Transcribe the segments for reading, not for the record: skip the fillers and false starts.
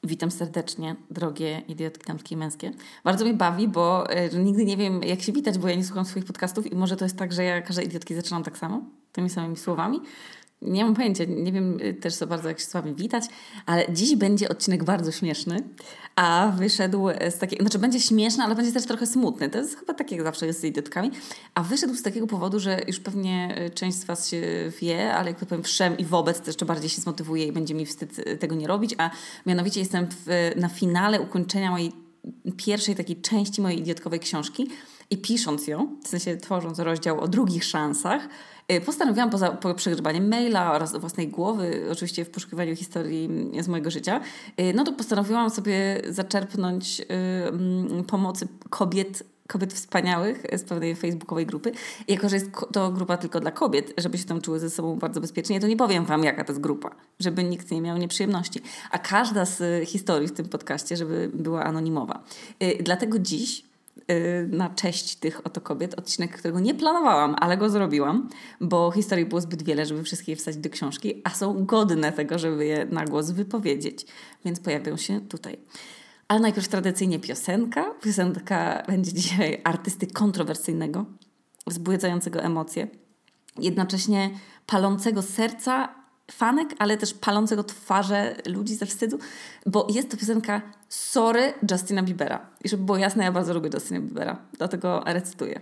Witam serdecznie, drogie idiotki damskie i męskie. Bardzo mnie bawi, bo nigdy nie wiem, jak się witać, bo ja nie słucham swoich podcastów i może to jest tak, że ja każde idiotki zaczynam tak samo, tymi samymi słowami. Nie mam pojęcia, nie wiem też za bardzo, jak się z wami witać, ale dziś będzie odcinek bardzo śmieszny, a wyszedł z takiego, znaczy będzie śmieszny, ale będzie też trochę smutny. To jest chyba tak, jak zawsze jest z idiotkami, a wyszedł z takiego powodu, że już pewnie część z was się wie, ale jak to powiem wszem i wobec, to jeszcze bardziej się zmotywuje i będzie mi wstyd tego nie robić, a mianowicie jestem na finale ukończenia mojej pierwszej takiej części mojej idiotkowej książki i pisząc ją, w sensie tworząc rozdział o drugich szansach, postanowiłam po przegrzebaniu maila oraz własnej głowy, oczywiście w poszukiwaniu historii z mojego życia, no to postanowiłam sobie zaczerpnąć pomocy kobiet wspaniałych z pewnej facebookowej grupy. I jako, że jest to grupa tylko dla kobiet, żeby się tam czuły ze sobą bardzo bezpiecznie, to nie powiem wam, jaka to jest grupa, żeby nikt nie miał nieprzyjemności. A każda z historii w tym podcaście, żeby była anonimowa. Dlatego dziś na cześć tych oto kobiet, odcinek, którego nie planowałam, ale go zrobiłam, bo historii było zbyt wiele, żeby wszystkie je wsadzić do książki, a są godne tego, żeby je na głos wypowiedzieć. Więc pojawią się tutaj. Ale najpierw tradycyjnie piosenka. Piosenka będzie dzisiaj artysty kontrowersyjnego, wzbudzającego emocje, jednocześnie palącego serca fanek, ale też palącego twarze ludzi ze wstydu, bo jest to piosenka Sorry Justina Biebera. I żeby było jasne, ja bardzo lubię Justina Biebera, dlatego recytuję.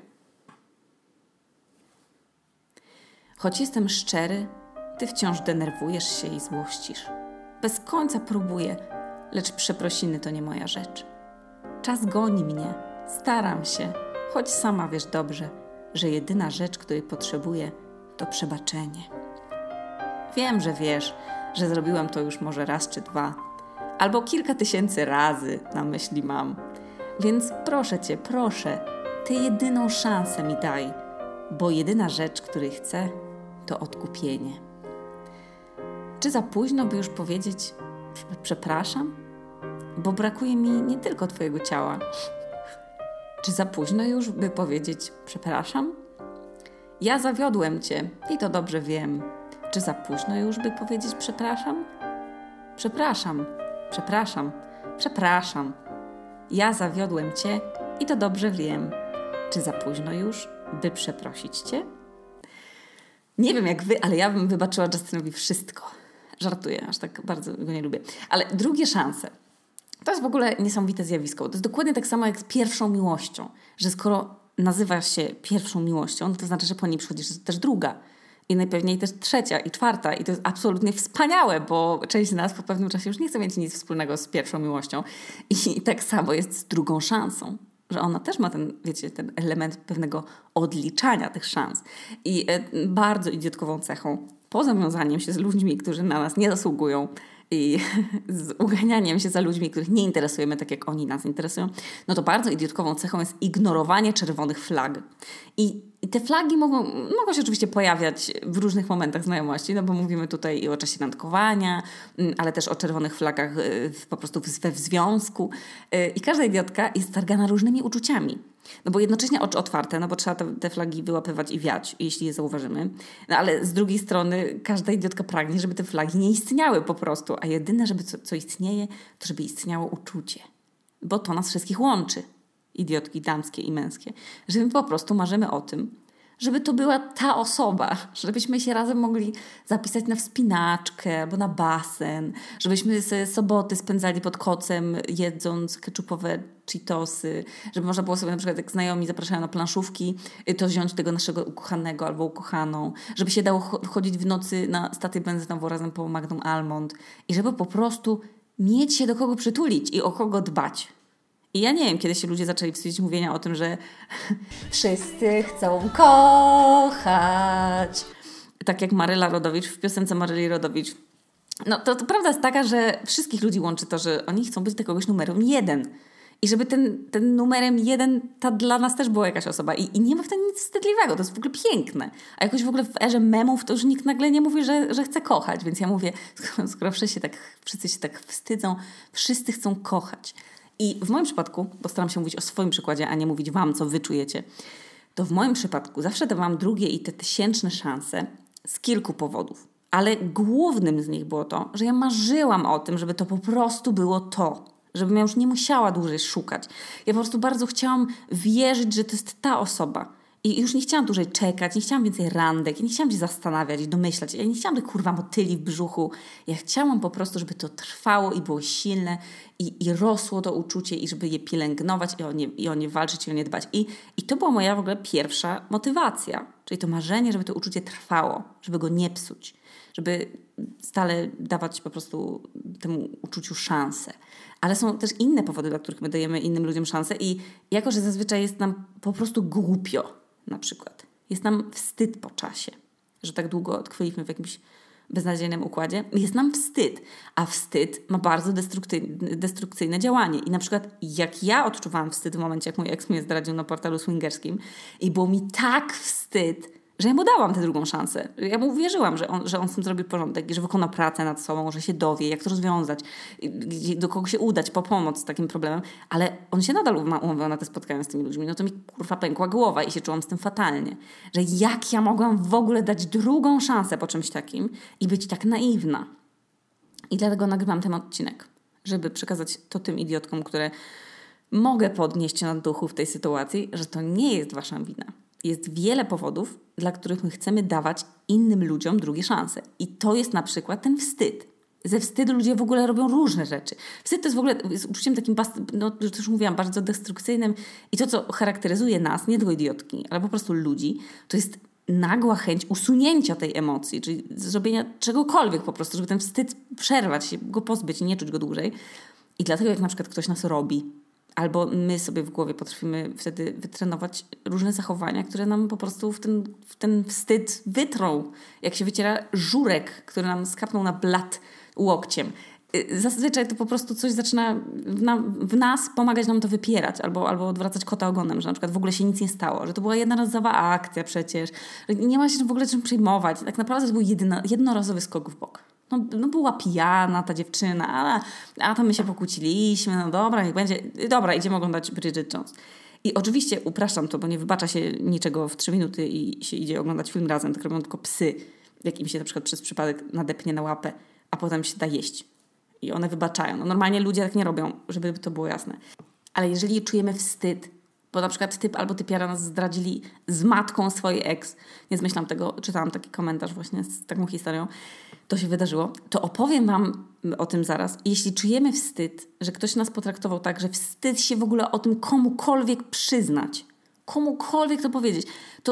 Choć jestem szczery, ty wciąż denerwujesz się i złościsz. Bez końca próbuję, lecz przeprosiny to nie moja rzecz. Czas goni mnie, staram się, choć sama wiesz dobrze, że jedyna rzecz, której potrzebuję, to przebaczenie. Wiem, że wiesz, że zrobiłam to już może raz czy dwa, albo kilka tysięcy razy na myśli mam. Więc proszę cię, proszę, tę jedyną szansę mi daj, bo jedyna rzecz, której chcę, to odkupienie. Czy za późno, by już powiedzieć przepraszam? Bo brakuje mi nie tylko twojego ciała. Czy za późno już, by powiedzieć przepraszam? Ja zawiodłem cię i to dobrze wiem. Czy za późno już, by powiedzieć przepraszam? Przepraszam, przepraszam, przepraszam. Ja zawiodłem cię i to dobrze wiem. Czy za późno już, by przeprosić cię? Nie wiem jak wy, ale ja bym wybaczyła Justinowi wszystko. Żartuję, aż tak bardzo go nie lubię. Ale drugie szanse. To jest w ogóle niesamowite zjawisko. To jest dokładnie tak samo jak z pierwszą miłością. Że skoro nazywa się pierwszą miłością, no to znaczy, że po niej przychodzi też druga. I najpewniej też trzecia i czwarta. I to jest absolutnie wspaniałe, bo część z nas po pewnym czasie już nie chce mieć nic wspólnego z pierwszą miłością. I tak samo jest z drugą szansą. Że ona też ma ten, wiecie, ten element pewnego odliczania tych szans. I bardzo idiotkową cechą, poza wiązaniem się z ludźmi, którzy na nas nie zasługują i z uganianiem się za ludźmi, których nie interesujemy tak, jak oni nas interesują, no to bardzo idiotkową cechą jest ignorowanie czerwonych flag. I te flagi mogą się oczywiście pojawiać w różnych momentach znajomości, no bo mówimy tutaj i o czasie randkowania, ale też o czerwonych flagach po prostu we związku. I każda idiotka jest targana różnymi uczuciami. No bo jednocześnie oczy otwarte, no bo trzeba te flagi wyłapywać i wiać, jeśli je zauważymy. No ale z drugiej strony każda idiotka pragnie, żeby te flagi nie istniały po prostu, a jedyne, żeby co istnieje, to żeby istniało uczucie. Bo to nas wszystkich łączy. Idiotki damskie i męskie. Że my po prostu marzymy o tym, żeby to była ta osoba, żebyśmy się razem mogli zapisać na wspinaczkę albo na basen, żebyśmy sobie soboty spędzali pod kocem, jedząc keczupowe Cheetosy, żeby można było sobie na przykład, jak znajomi zapraszają na planszówki, to wziąć tego naszego ukochanego albo ukochaną, żeby się dało chodzić w nocy na stację benzynową razem po Magnum Almond i żeby po prostu mieć się do kogo przytulić i o kogo dbać. I ja nie wiem, kiedy się ludzie zaczęli wstydzić mówienia o tym, że wszyscy chcą kochać. Tak jak Maryla Rodowicz w piosence Maryli Rodowicz. No to prawda jest taka, że wszystkich ludzi łączy to, że oni chcą być dla kogoś numerem 1. I żeby ten numerem 1 ta dla nas też była jakaś osoba. I nie ma w tym nic wstydliwego. To jest w ogóle piękne. A jakoś w ogóle w erze memów to już nikt nagle nie mówi, że chce kochać. Więc ja mówię, skoro wszyscy się tak wstydzą, wszyscy chcą kochać. I w moim przypadku, bo staram się mówić o swoim przykładzie, a nie mówić wam, co wy czujecie, to w moim przypadku zawsze dawałam drugie i te tysięczne szanse z kilku powodów. Ale głównym z nich było to, że ja marzyłam o tym, żeby to po prostu było to. Żebym ja już nie musiała dłużej szukać. Ja po prostu bardzo chciałam wierzyć, że to jest ta osoba. I już nie chciałam dłużej czekać, nie chciałam więcej randek, nie chciałam się zastanawiać i domyślać. Ja nie chciałam tych motyli w brzuchu. Ja chciałam po prostu, żeby to trwało i było silne i rosło to uczucie i żeby je pielęgnować i o nie walczyć i o nie dbać. I to była moja w ogóle pierwsza motywacja. Czyli to marzenie, żeby to uczucie trwało, żeby go nie psuć. Żeby stale dawać po prostu temu uczuciu szansę. Ale są też inne powody, dla których my dajemy innym ludziom szansę i jako, że zazwyczaj jest nam po prostu głupio, na przykład. Jest nam wstyd po czasie, że tak długo tkwiliśmy w jakimś beznadziejnym układzie. Jest nam wstyd, a wstyd ma bardzo destrukcyjne działanie. I na przykład jak ja odczuwałam wstyd w momencie, jak mój ex mnie zdradził na portalu swingerskim i było mi tak wstyd, że ja mu dałam tę drugą szansę. Ja mu uwierzyłam, że on z tym zrobi porządek i że wykona pracę nad sobą, że się dowie, jak to rozwiązać, do kogo się udać po pomoc z takim problemem, ale on się nadal umawiał na te spotkania z tymi ludźmi. No to mi pękła głowa i się czułam z tym fatalnie. Że jak ja mogłam w ogóle dać drugą szansę po czymś takim i być tak naiwna. I dlatego nagrywam ten odcinek, żeby przekazać to tym idiotkom, które mogę podnieść na duchu w tej sytuacji, że to nie jest wasza wina. Jest wiele powodów, dla których my chcemy dawać innym ludziom drugie szanse. I to jest na przykład ten wstyd. Ze wstydu ludzie w ogóle robią różne rzeczy. Wstyd to jest w ogóle jest uczuciem takim, już mówiłam, bardzo destrukcyjnym. I to, co charakteryzuje nas, nie tylko idiotki, ale po prostu ludzi, to jest nagła chęć usunięcia tej emocji, czyli zrobienia czegokolwiek po prostu, żeby ten wstyd przerwać, się go pozbyć i nie czuć go dłużej. I dlatego jak na przykład ktoś nas robi, albo my sobie w głowie potrafimy wtedy wytrenować różne zachowania, które nam po prostu w ten wstyd wytrą. Jak się wyciera żurek, który nam skapnął na blat łokciem. Zazwyczaj to po prostu coś zaczyna w nas pomagać nam to wypierać albo odwracać kota ogonem, że na przykład w ogóle się nic nie stało, że to była jednorazowa akcja przecież, że nie ma się w ogóle czym przejmować. Tak naprawdę to był jednorazowy skok w bok. No była pijana ta dziewczyna, a tam my się pokłóciliśmy, no dobra, niech będzie. Dobra, idziemy oglądać Bridget Jones. I oczywiście upraszczam to, bo nie wybacza się niczego w 3 minuty i się idzie oglądać film razem, tak robią tylko psy, jak im się na przykład przez przypadek nadepnie na łapę, a potem się da jeść. I one wybaczają. No normalnie ludzie tak nie robią, żeby to było jasne. Ale jeżeli czujemy wstyd, bo na przykład typ albo typiara nas zdradzili z matką swojej ex, nie zmyślam tego, czytałam taki komentarz właśnie z taką historią, to się wydarzyło, to opowiem wam o tym zaraz. Jeśli czujemy wstyd, że ktoś nas potraktował tak, że wstyd się w ogóle o tym komukolwiek przyznać, komukolwiek to powiedzieć,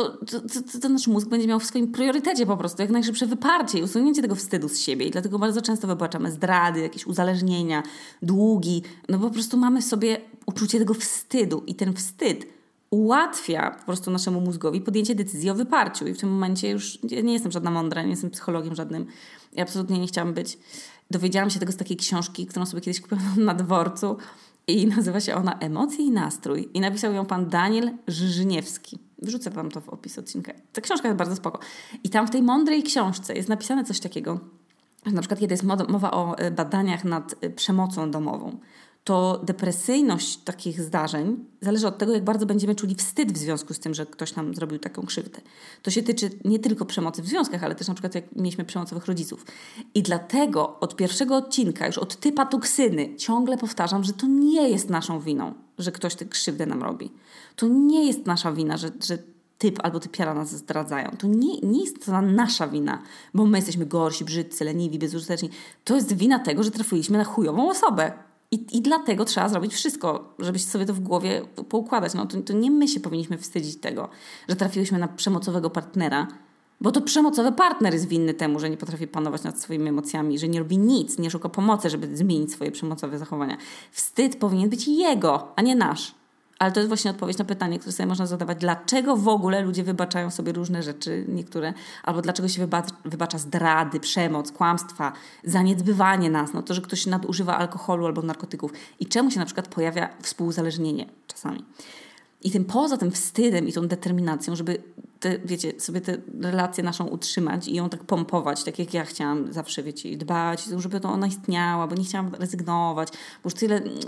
to nasz mózg będzie miał w swoim priorytecie po prostu jak najszybsze wyparcie i usunięcie tego wstydu z siebie. I dlatego bardzo często wybaczamy zdrady, jakieś uzależnienia, długi. No po prostu mamy w sobie uczucie tego wstydu i ten wstyd ułatwia po prostu naszemu mózgowi podjęcie decyzji o wyparciu. I w tym momencie już nie jestem żadna mądra, nie jestem psychologiem żadnym. Ja absolutnie nie chciałam być. Dowiedziałam się tego z takiej książki, którą sobie kiedyś kupiłam na dworcu i nazywa się ona Emocje i nastrój. I napisał ją pan Daniel Żyżyniewski. Wrzucę wam to w opis odcinka. Ta książka jest bardzo spoko. I tam w tej mądrej książce jest napisane coś takiego, że na przykład kiedy jest mowa o badaniach nad przemocą domową, to depresyjność takich zdarzeń zależy od tego, jak bardzo będziemy czuli wstyd w związku z tym, że ktoś nam zrobił taką krzywdę. To się tyczy nie tylko przemocy w związkach, ale też na przykład jak mieliśmy przemocowych rodziców. I dlatego od pierwszego odcinka, już od typa toksyny, ciągle powtarzam, że to nie jest naszą winą, że ktoś tę krzywdę nam robi. To nie jest nasza wina, że typ albo typiara nas zdradzają. To nie jest to nasza wina, bo my jesteśmy gorsi, brzydcy, leniwi, bezużyteczni. To jest wina tego, że trafiliśmy na chujową osobę. I dlatego trzeba zrobić wszystko, żeby sobie to w głowie poukładać. No, to nie my się powinniśmy wstydzić tego, że trafiłyśmy na przemocowego partnera, bo to przemocowy partner jest winny temu, że nie potrafi panować nad swoimi emocjami, że nie robi nic, nie szuka pomocy, żeby zmienić swoje przemocowe zachowania. Wstyd powinien być jego, a nie nasz. Ale to jest właśnie odpowiedź na pytanie, które sobie można zadawać. Dlaczego w ogóle ludzie wybaczają sobie różne rzeczy, niektóre, albo dlaczego się wybacza zdrady, przemoc, kłamstwa, zaniedbywanie nas, no to, że ktoś nadużywa alkoholu albo narkotyków i czemu się na przykład pojawia współuzależnienie czasami. I poza tym wstydem i tą determinacją, żeby sobie tę relację naszą utrzymać i ją tak pompować, tak jak ja chciałam zawsze, dbać, żeby to ona istniała, bo nie chciałam rezygnować, bo już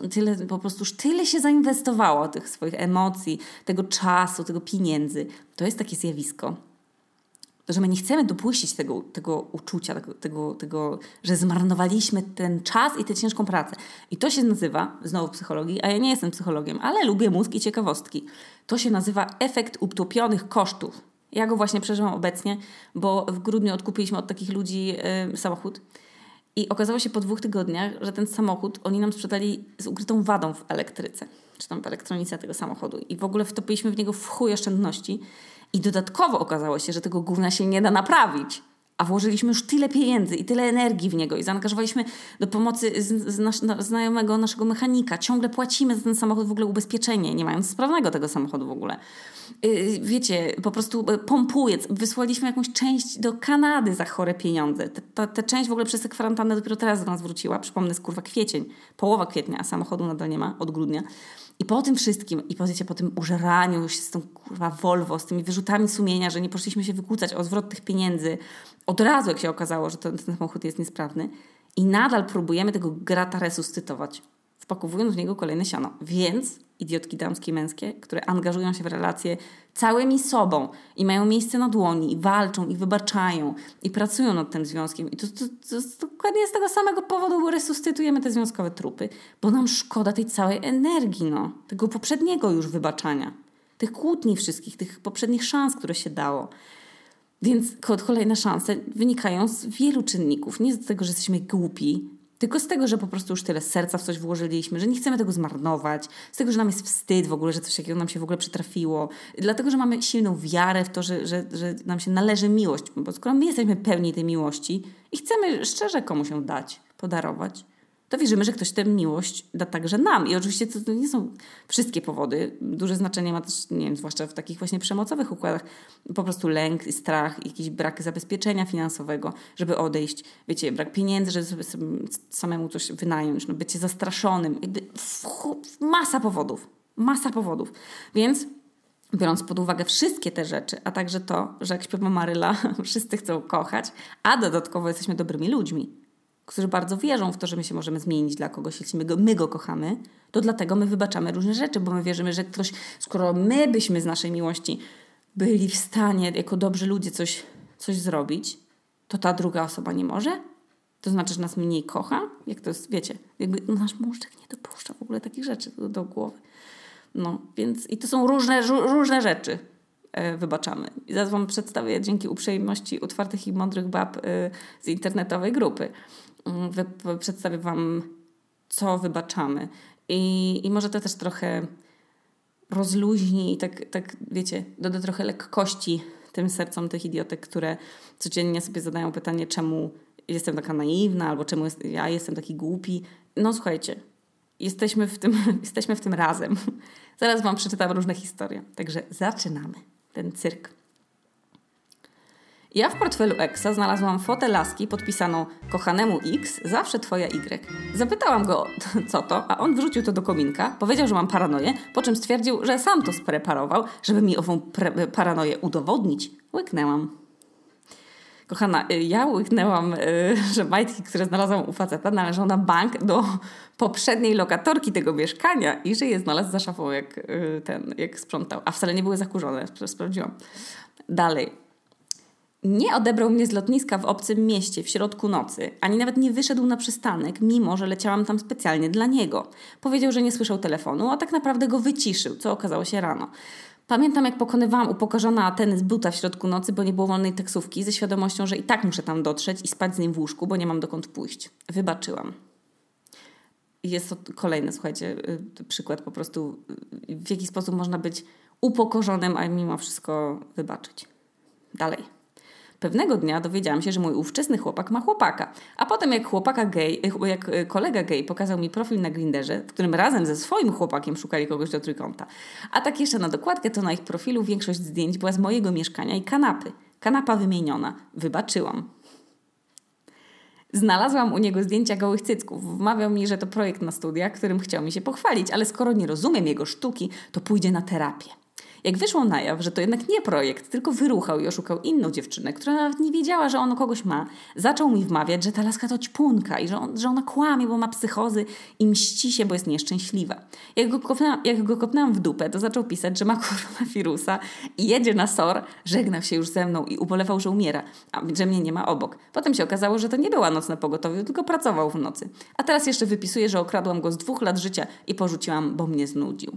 tyle się zainwestowało tych swoich emocji, tego czasu, tego pieniędzy. To jest takie zjawisko. To, że my nie chcemy dopuścić tego uczucia, tego, że zmarnowaliśmy ten czas i tę ciężką pracę. I to się nazywa, znowu psychologii, a ja nie jestem psychologiem, ale lubię mózg i ciekawostki. To się nazywa efekt utopionych kosztów. Ja go właśnie przeżywam obecnie, bo w grudniu odkupiliśmy od takich ludzi samochód. I okazało się po 2 tygodniach, że ten samochód oni nam sprzedali z ukrytą wadą w elektryce, czy tam w elektronice tego samochodu. I w ogóle wtopiliśmy w niego w chuj oszczędności. I dodatkowo okazało się, że tego gówna się nie da naprawić. A włożyliśmy już tyle pieniędzy i tyle energii w niego i zaangażowaliśmy do pomocy znajomego naszego mechanika. Ciągle płacimy za ten samochód w ogóle ubezpieczenie, nie mając sprawnego tego samochodu w ogóle. Wiecie, po prostu pompuje. Wysłaliśmy jakąś część do Kanady za chore pieniądze. Ta część w ogóle przez tę kwarantannę dopiero teraz do nas wróciła. Przypomnę, jest kurwa kwiecień, połowa kwietnia, a samochodu nadal nie ma od grudnia. I po tym wszystkim, i po tym użeraniu się z tą kurwa Volvo, z tymi wyrzutami sumienia, że nie poszliśmy się wykłócać o zwrot tych pieniędzy, od razu jak się okazało, że ten samochód jest niesprawny i nadal próbujemy tego grata resuscytować, wpakowując w niego kolejne siano. Więc idiotki damskie i męskie, które angażują się w relacje całymi sobą i mają miejsce na dłoni, i walczą, i wybaczają, i pracują nad tym związkiem. I to dokładnie z tego samego powodu resuscytujemy te związkowe trupy, bo nam szkoda tej całej energii, tego poprzedniego już wybaczania, tych kłótni wszystkich, tych poprzednich szans, które się dało. Więc kolejne szanse wynikają z wielu czynników. Nie z tego, że jesteśmy głupi, tylko z tego, że po prostu już tyle serca w coś włożyliśmy, że nie chcemy tego zmarnować, z tego, że nam jest wstyd w ogóle, że coś takiego nam się w ogóle przytrafiło, dlatego, że mamy silną wiarę w to, że nam się należy miłość, bo skoro my jesteśmy pełni tej miłości i chcemy szczerze komuś ją dać, podarować, to wierzymy, że ktoś tę miłość da także nam. I oczywiście to nie są wszystkie powody. Duże znaczenie ma też, nie wiem, zwłaszcza w takich właśnie przemocowych układach, po prostu lęk, strach, jakiś brak zabezpieczenia finansowego, żeby odejść. Wiecie, brak pieniędzy, żeby sobie samemu coś wynająć, bycie zastraszonym. Masa powodów. Więc biorąc pod uwagę wszystkie te rzeczy, a także to, że jak śpiewa Maryla, wszyscy chcą kochać, a dodatkowo jesteśmy dobrymi ludźmi, którzy bardzo wierzą w to, że my się możemy zmienić dla kogoś, jeśli my go kochamy, to dlatego my wybaczamy różne rzeczy, bo my wierzymy, że ktoś, skoro my byśmy z naszej miłości byli w stanie jako dobrzy ludzie coś zrobić, to ta druga osoba nie może? To znaczy, że nas mniej kocha? Jak to jest, wiecie, jakby nasz mózg nie dopuszcza w ogóle takich rzeczy do głowy. Więc i to są różne rzeczy. Wybaczamy. I zaraz wam przedstawię dzięki uprzejmości utwartych i mądrych bab z internetowej grupy. Przedstawię wam, co wybaczamy. I może to też trochę rozluźni i tak wiecie, doda trochę lekkości tym sercom tych idiotek, które codziennie sobie zadają pytanie, czemu jestem taka naiwna, albo czemu ja jestem taki głupi. Słuchajcie, jesteśmy w tym razem. Zaraz wam przeczytam różne historie. Także zaczynamy ten cyrk. Ja w portfelu Exa znalazłam fotę laski podpisaną kochanemu X, zawsze twoja Y. Zapytałam go, co to, a on wrzucił to do kominka, powiedział, że mam paranoję, po czym stwierdził, że sam to spreparował, żeby mi ową paranoję udowodnić. Łyknęłam. Kochana, ja łyknęłam, że majtki, które znalazłam u faceta, należą na bank do poprzedniej lokatorki tego mieszkania i że je znalazł za szafą, jak sprzątał. A wcale nie były zakurzone, sprawdziłam. Dalej. Nie odebrał mnie z lotniska w obcym mieście w środku nocy, ani nawet nie wyszedł na przystanek, mimo że leciałam tam specjalnie dla niego. Powiedział, że nie słyszał telefonu, a tak naprawdę go wyciszył, co okazało się rano. Pamiętam, jak pokonywałam upokorzona Ateny z buta w środku nocy, bo nie było wolnej taksówki, ze świadomością, że i tak muszę tam dotrzeć i spać z nim w łóżku, bo nie mam dokąd pójść. Wybaczyłam. Jest to kolejny, słuchajcie, przykład po prostu, w jaki sposób można być upokorzonym, a mimo wszystko wybaczyć. Dalej. Pewnego dnia dowiedziałam się, że mój ówczesny chłopak ma chłopaka. A potem jak kolega gej pokazał mi profil na Grinderze, w którym razem ze swoim chłopakiem szukali kogoś do trójkąta. A tak jeszcze na dokładkę, to na ich profilu większość zdjęć była z mojego mieszkania i kanapy. Kanapa wymieniona. Wybaczyłam. Znalazłam u niego zdjęcia gołych cycków. Wmawiał mi, że to projekt na studiach, którym chciał mi się pochwalić, ale skoro nie rozumiem jego sztuki, to pójdzie na terapię. Jak wyszło na jaw, że to jednak nie projekt, tylko wyruchał i oszukał inną dziewczynę, która nawet nie wiedziała, że on kogoś ma, zaczął mi wmawiać, że ta laska to ćpunka i że ona kłamie, bo ma psychozy i mści się, bo jest nieszczęśliwa. Jak go kopnęłam w dupę, to zaczął pisać, że ma koronawirusa i jedzie na SOR, żegnał się już ze mną i ubolewał, że umiera, a że mnie nie ma obok. Potem się okazało, że to nie była noc na pogotowiu, tylko pracował w nocy. A teraz jeszcze wypisuje, że okradłam go z 2 lat życia i porzuciłam, bo mnie znudził.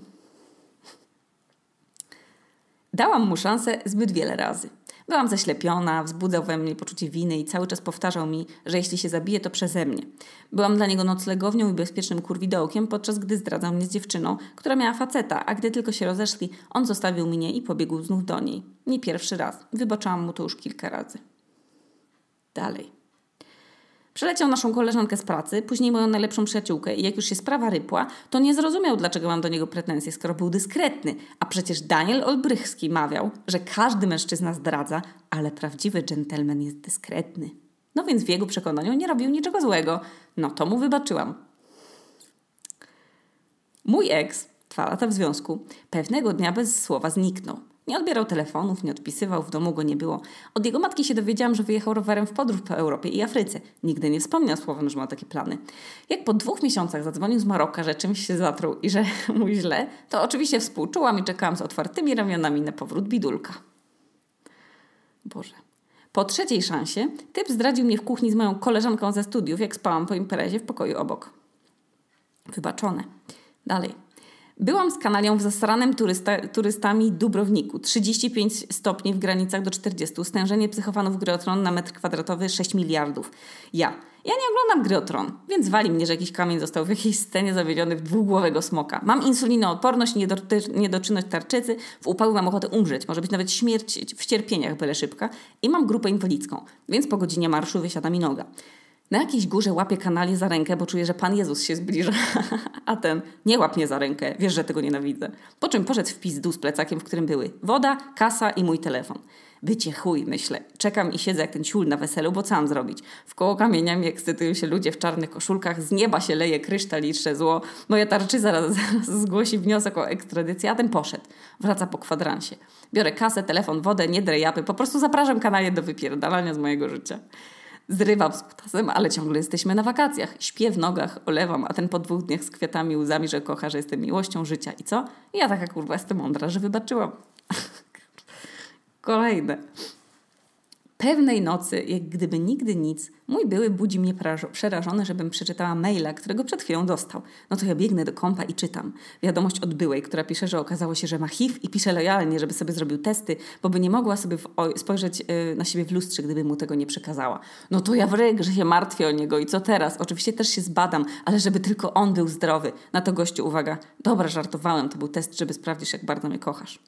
Dałam mu szansę zbyt wiele razy. Byłam zaślepiona, wzbudzał we mnie poczucie winy i cały czas powtarzał mi, że jeśli się zabije, to przeze mnie. Byłam dla niego noclegownią i bezpiecznym kurwidołkiem, podczas gdy zdradzał mnie z dziewczyną, która miała faceta, a gdy tylko się rozeszli, on zostawił mnie i pobiegł znów do niej. Nie pierwszy raz. Wybaczałam mu to już kilka razy. Dalej. Przeleciał naszą koleżankę z pracy, później moją najlepszą przyjaciółkę i jak już się sprawa rypła, to nie zrozumiał, dlaczego mam do niego pretensje, skoro był dyskretny. A przecież Daniel Olbrychski mawiał, że każdy mężczyzna zdradza, ale prawdziwy dżentelmen jest dyskretny. No więc w jego przekonaniu nie robił niczego złego. No to mu wybaczyłam. Mój ex, 2 lata w związku, pewnego dnia bez słowa zniknął. Nie odbierał telefonów, nie odpisywał, w domu go nie było. Od jego matki się dowiedziałam, że wyjechał rowerem w podróż po Europie i Afryce. Nigdy nie wspomniał słowem, że ma takie plany. Jak po 2 miesiącach zadzwonił z Maroka, że czymś się zatruł i że mu źle, to oczywiście współczułam i czekałam z otwartymi ramionami na powrót bidulka. Boże. Po 3. szansie typ zdradził mnie w kuchni z moją koleżanką ze studiów, jak spałam po imprezie w pokoju obok. Wybaczone. Dalej. Byłam z kanalią w zasranym turystami Dubrowniku. 35 stopni w granicach do 40. Stężenie psychofanów gry o tron na metr kwadratowy 6 miliardów. Ja nie oglądam gry o tron, więc wali mnie, że jakiś kamień został w jakiejś scenie zawiedziony w dwugłowego smoka. Mam insulinoodporność i niedoczynność tarczycy. W upały mam ochotę umrzeć. Może być nawet śmierć w cierpieniach, byle szybka. I mam grupę inwalidzką, więc po godzinie marszu wysiada mi noga. Na jakiejś górze łapię kanalię za rękę, bo czuję, że Pan Jezus się zbliża. A ten, nie łap mnie za rękę, wiesz, że tego nienawidzę. Po czym poszedł w pizdu z plecakiem, w którym były woda, kasa i mój telefon. Bycie chuj, myślę. Czekam i siedzę jak ten ciul na weselu, bo co mam zrobić? Wkoło kamieniami ekscytują się ludzie w czarnych koszulkach, z nieba się leje kryształ i trze zło. Moja tarczy zaraz zgłosi wniosek o ekstradycję, a ten poszedł. Wraca po kwadransie. Biorę kasę, telefon, wodę, nie drejapy, po prostu zapraszam kanalię do wypierdalania z mojego życia. Zrywam z kutasem, ale ciągle jesteśmy na wakacjach. Śpię w nogach, olewam, a ten po 2 dniach z kwiatami, łzami, że kocha, że jestem miłością życia. I co? I ja taka kurwa jestem mądra, że wybaczyłam. Kolejne. Pewnej nocy, jak gdyby nigdy nic, mój były budzi mnie przerażony, żebym przeczytała maila, którego przed chwilą dostał. No to ja biegnę do kompa i czytam. Wiadomość od byłej, która pisze, że okazało się, że ma HIV i pisze lojalnie, żeby sobie zrobił testy, bo by nie mogła sobie spojrzeć na siebie w lustrze, gdyby mu tego nie przekazała. No to ja w ryg, że się martwię o niego i co teraz? Oczywiście też się zbadam, ale żeby tylko on był zdrowy. Na to gościu, uwaga, dobra, żartowałem, to był test, żeby sprawdzić, jak bardzo mnie kochasz.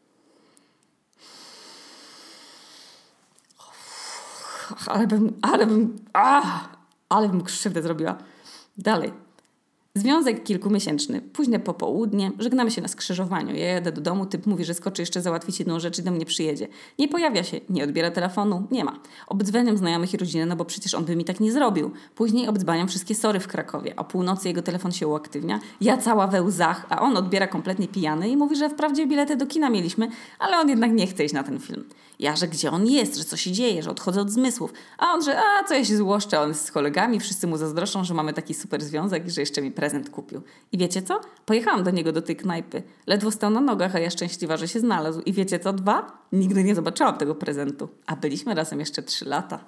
Ale bym krzywdę zrobiła. Dalej. Związek kilkumiesięczny. Późne popołudnie. Żegnamy się na skrzyżowaniu. Ja jadę do domu. Typ mówi, że skoczy jeszcze załatwić jedną rzecz i do mnie przyjedzie. Nie pojawia się. Nie odbiera telefonu. Nie ma. Obdzwaniam znajomych i rodzinę, no bo przecież on by mi tak nie zrobił. Później obdzwaniam wszystkie sory w Krakowie. O północy jego telefon się uaktywnia. Ja cała we łzach, a on odbiera kompletnie pijany i mówi, że wprawdzie bilety do kina mieliśmy, ale on jednak nie chce iść na ten film. Ja, że gdzie on jest, że co się dzieje, że odchodzę od zmysłów. A on, że co ja się złoszczę, on jest z kolegami, wszyscy mu zazdroszczą, że mamy taki super związek i że jeszcze mi prezent kupił. I wiecie co? Pojechałam do niego do tej knajpy. Ledwo stał na nogach, a ja szczęśliwa, że się znalazł. I wiecie co? 2? Nigdy nie zobaczyłam tego prezentu. A byliśmy razem jeszcze 3 lata.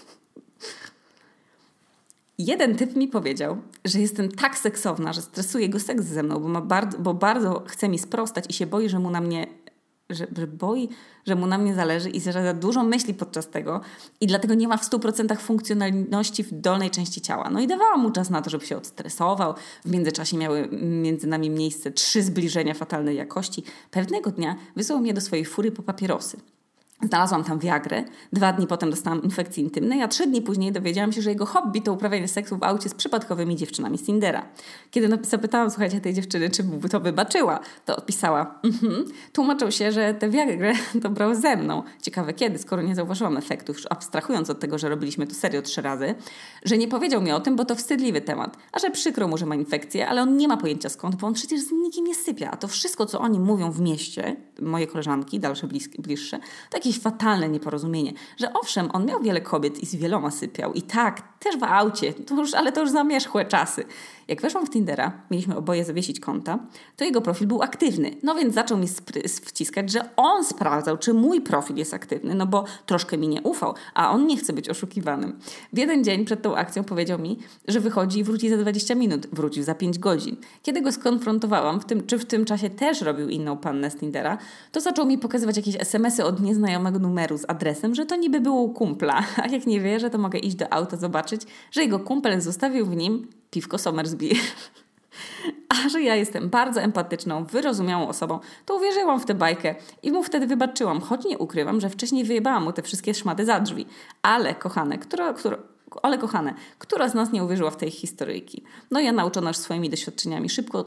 Jeden typ mi powiedział, że jestem tak seksowna, że stresuje go seks ze mną, bo bardzo chce mi sprostać i się boi, że mu na mnie że mu na mnie zależy i że za dużo myśli podczas tego i dlatego nie ma w 100% funkcjonalności w dolnej części ciała. No i dawałam mu czas na to, żeby się odstresował. W międzyczasie miały między nami miejsce 3 zbliżenia fatalnej jakości. Pewnego dnia wysłał mnie do swojej fury po papierosy. Znalazłam tam Viagrę, 2 dni potem dostałam infekcji intymnej, a 3 dni później dowiedziałam się, że jego hobby to uprawianie seksu w aucie z przypadkowymi dziewczynami z Tindera. Kiedy zapytałam, słuchajcie, tej dziewczyny, czy mu to wybaczyła, to odpisała, tłumaczył się, że tę Viagrę to brał ze mną. Ciekawe kiedy, skoro nie zauważyłam efektów, już abstrahując od tego, że robiliśmy to serio 3 razy, że nie powiedział mi o tym, bo to wstydliwy temat, a że przykro mu, że ma infekcję, ale on nie ma pojęcia skąd, bo on przecież z nikim nie sypia, a to wszystko, co oni mówią w mieście, moje koleżanki, dalsze, bliższe, to jakieś fatalne nieporozumienie, że owszem, on miał wiele kobiet i z wieloma sypiał i tak, też w aucie, ale to już zamierzchłe czasy. Jak weszłam w Tindera, mieliśmy oboje zawiesić konta, to jego profil był aktywny. No więc zaczął mi wciskać, że on sprawdzał, czy mój profil jest aktywny, no bo troszkę mi nie ufał, a on nie chce być oszukiwanym. W jeden dzień przed tą akcją powiedział mi, że wychodzi i wróci za 20 minut. Wrócił za 5 godzin. Kiedy go skonfrontowałam, czy w tym czasie też robił inną pannę z Tindera, to zaczął mi pokazywać jakieś SMS-y od nieznajomego numeru z adresem, że to niby było u kumpla. A jak nie wierzę, to mogę iść do auta zobaczyć, że jego kumpel zostawił w nim piwko Somersby. A że ja jestem bardzo empatyczną, wyrozumiałą osobą, to uwierzyłam w tę bajkę i mu wtedy wybaczyłam, choć nie ukrywam, że wcześniej wyjebałam mu te wszystkie szmaty za drzwi. Ale kochane, która z nas nie uwierzyła w tej historyjki? No ja nauczona już swoimi doświadczeniami szybko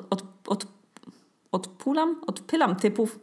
odpylam typów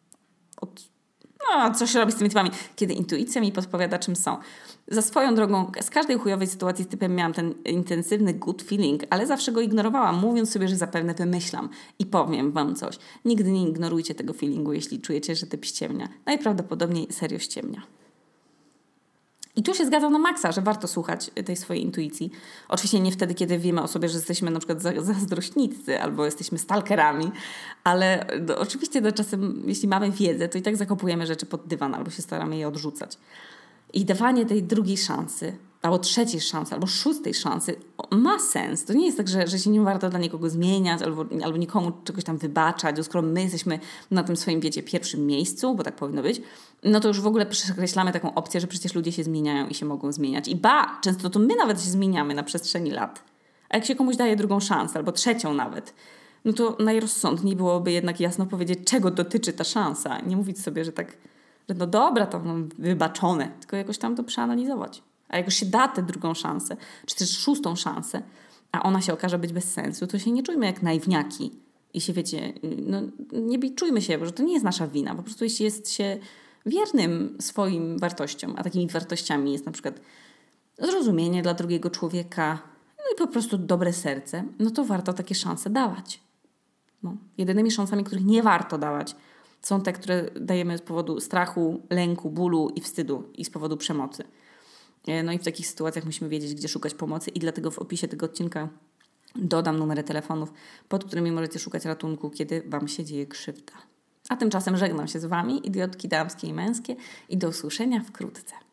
co się robi z tymi typami, kiedy intuicja mi podpowiada, czym są. Za swoją drogą, z każdej chujowej sytuacji z typem miałam ten intensywny good feeling, ale zawsze go ignorowałam, mówiąc sobie, że zapewne wymyślam. I powiem wam coś. Nigdy nie ignorujcie tego feelingu, jeśli czujecie, że typ ściemnia. Najprawdopodobniej serio ściemnia. I tu się zgadzam na maksa, że warto słuchać tej swojej intuicji. Oczywiście nie wtedy, kiedy wiemy o sobie, że jesteśmy na przykład zazdrośnicy albo jesteśmy stalkerami, ale oczywiście czasem, jeśli mamy wiedzę, to i tak zakopujemy rzeczy pod dywan albo się staramy je odrzucać. I dawanie tej drugiej szansy, albo trzeciej szansy, albo 6. szansy ma sens. To nie jest tak, że się nie warto dla nikogo zmieniać albo nikomu czegoś tam wybaczać, skoro my jesteśmy na tym swoim, pierwszym miejscu, bo tak powinno być, no to już w ogóle przekreślamy taką opcję, że przecież ludzie się zmieniają i się mogą zmieniać. I często to my nawet się zmieniamy na przestrzeni lat. A jak się komuś daje drugą szansę, albo trzecią nawet, no to najrozsądniej byłoby jednak jasno powiedzieć, czego dotyczy ta szansa. Nie mówić sobie, że no dobra, to wybaczone, tylko jakoś tam to przeanalizować. A jak już się da tę drugą szansę, czy też 6. szansę, a ona się okaże być bez sensu, to się nie czujmy jak naiwniaki. I się, wiecie, nie biczujmy się, bo to nie jest nasza wina. Po prostu jeśli jest się wiernym swoim wartościom, a takimi wartościami jest na przykład zrozumienie dla drugiego człowieka, no i po prostu dobre serce, no to warto takie szanse dawać. Jedynymi szansami, których nie warto dawać, są te, które dajemy z powodu strachu, lęku, bólu i wstydu i z powodu przemocy. No i w takich sytuacjach musimy wiedzieć, gdzie szukać pomocy i dlatego w opisie tego odcinka dodam numery telefonów, pod którymi możecie szukać ratunku, kiedy wam się dzieje krzywda. A tymczasem żegnam się z wami, idiotki damskie i męskie i do usłyszenia wkrótce.